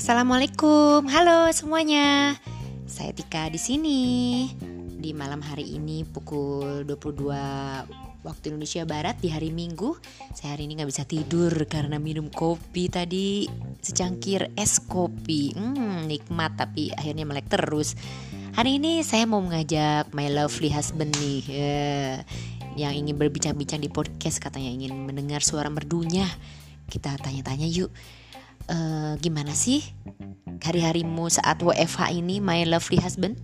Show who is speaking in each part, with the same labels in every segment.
Speaker 1: Assalamualaikum, halo semuanya. Saya Tika di sini. Di malam hari ini pukul 22 waktu Indonesia Barat di hari Minggu. Saya hari ini gak bisa tidur karena minum kopi tadi, secangkir es kopi. Nikmat tapi akhirnya melek terus. Hari ini saya mau mengajak my lovely husband nih, yang ingin berbincang-bincang di podcast, katanya ingin mendengar suara merdunya. Kita tanya-tanya yuk. Gimana sih hari-harimu saat WFH ini, my lovely husband?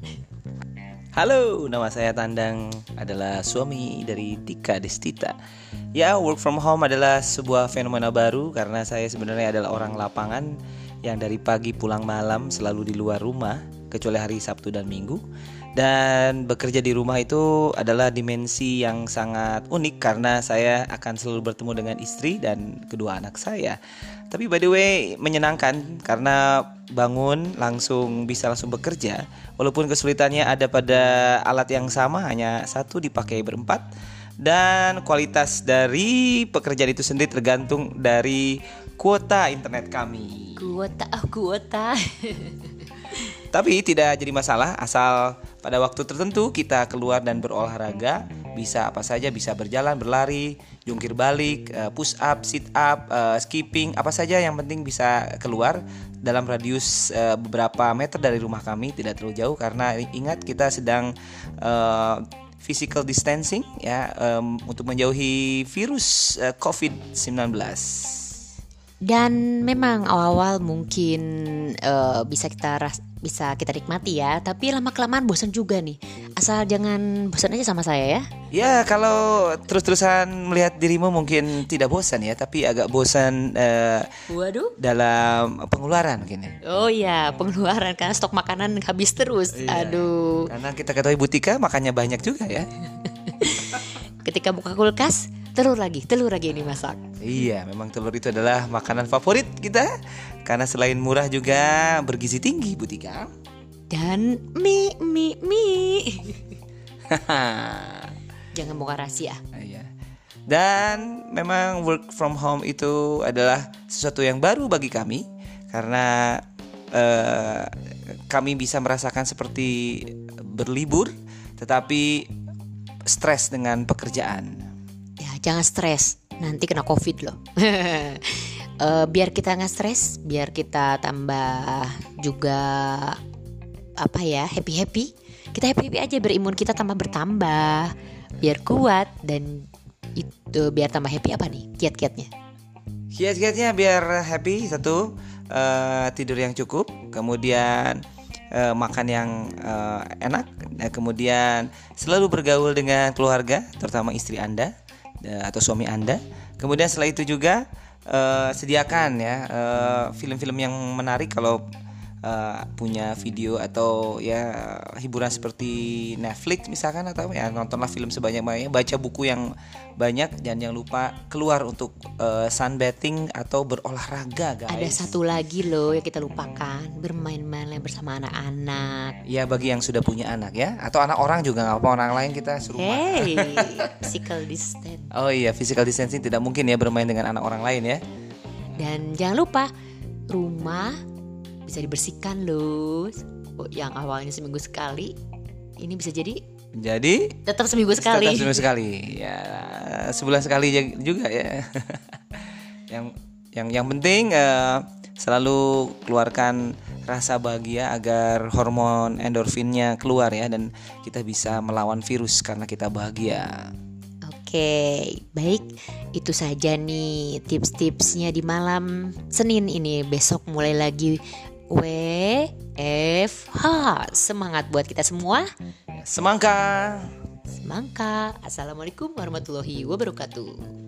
Speaker 2: Halo, nama saya Tandang, adalah suami dari Tika Destita. Ya, work from home adalah sebuah fenomena baru karena saya sebenarnya adalah orang lapangan yang dari pagi pulang malam selalu di luar rumah, kecuali hari Sabtu dan Minggu. Dan bekerja di rumah itu adalah dimensi yang sangat unik karena saya akan selalu bertemu dengan istri dan kedua anak saya. Tapi by the way menyenangkan karena bangun bisa langsung bekerja. Walaupun kesulitannya ada pada alat yang sama, hanya satu dipakai berempat. Dan kualitas dari pekerjaan itu sendiri tergantung dari kuota internet kami.
Speaker 1: Kuota.
Speaker 2: Tapi tidak jadi masalah asal pada waktu tertentu kita keluar dan berolahraga. Bisa apa saja, bisa berjalan, berlari, jungkir balik, push up, sit up, skipping, apa saja yang penting bisa keluar dalam radius beberapa meter dari rumah kami, tidak terlalu jauh karena ingat kita sedang physical distancing ya, untuk menjauhi virus COVID-19.
Speaker 1: Dan memang awal-awal mungkin bisa kita nikmati ya, tapi lama-kelamaan bosan juga nih. Asal jangan bosan aja sama saya ya.
Speaker 2: Ya, kalau terus-terusan melihat dirimu mungkin tidak bosan ya, tapi agak bosan dalam pengeluaran mungkin ya.
Speaker 1: Oh iya, pengeluaran karena stok makanan habis terus.
Speaker 2: Iya.
Speaker 1: Aduh.
Speaker 2: Karena kita ketahui Bu Tika makannya banyak juga ya.
Speaker 1: Ketika buka kulkas, telur lagi ini masak.
Speaker 2: Iya, memang telur itu adalah makanan favorit kita karena selain murah juga bergizi tinggi, Bu Tika.
Speaker 1: Dan mie. Jangan buka rahasia.
Speaker 2: Iya. Dan memang work from home itu adalah sesuatu yang baru bagi kami karena kami bisa merasakan seperti berlibur tetapi stres dengan pekerjaan.
Speaker 1: Ya, jangan stres, nanti kena COVID loh. Biar kita nggak stres, biar kita tambah juga happy. Kita happy aja, berimun kita tambah bertambah, biar kuat. Dan itu biar tambah happy apa nih
Speaker 2: Kiat-kiatnya biar happy, satu, tidur yang cukup, kemudian makan yang enak, kemudian selalu bergaul dengan keluarga, terutama istri Anda atau suami Anda. Kemudian setelah itu juga sediakan ya film-film yang menarik kalau punya video atau ya hiburan seperti Netflix misalkan, atau ya nontonlah film sebanyak-banyaknya, baca buku yang banyak, dan jangan lupa keluar untuk sunbathing atau berolahraga, guys.
Speaker 1: Ada satu lagi loh yang kita lupakan, bermain-main bersama anak-anak.
Speaker 2: Ya, bagi yang sudah punya anak ya, atau anak orang juga nggak apa-apa, orang lain kita suruh.
Speaker 1: Hey, physical distance.
Speaker 2: Oh iya, physical distancing tidak mungkin ya bermain dengan anak orang lain ya.
Speaker 1: Dan jangan lupa rumah bisa dibersihkan loh. Yang awalnya seminggu sekali, ini bisa jadi tetap seminggu sekali.
Speaker 2: Ya, sebulan sekali juga ya. Yang penting selalu keluarkan rasa bahagia agar hormon endorfinnya keluar ya, dan kita bisa melawan virus karena kita bahagia.
Speaker 1: Oke, baik, itu saja nih tips-tipsnya di malam Senin ini. Besok mulai lagi WFH. Semangat buat kita semua.
Speaker 2: Semangka.
Speaker 1: Assalamualaikum warahmatullahi wabarakatuh.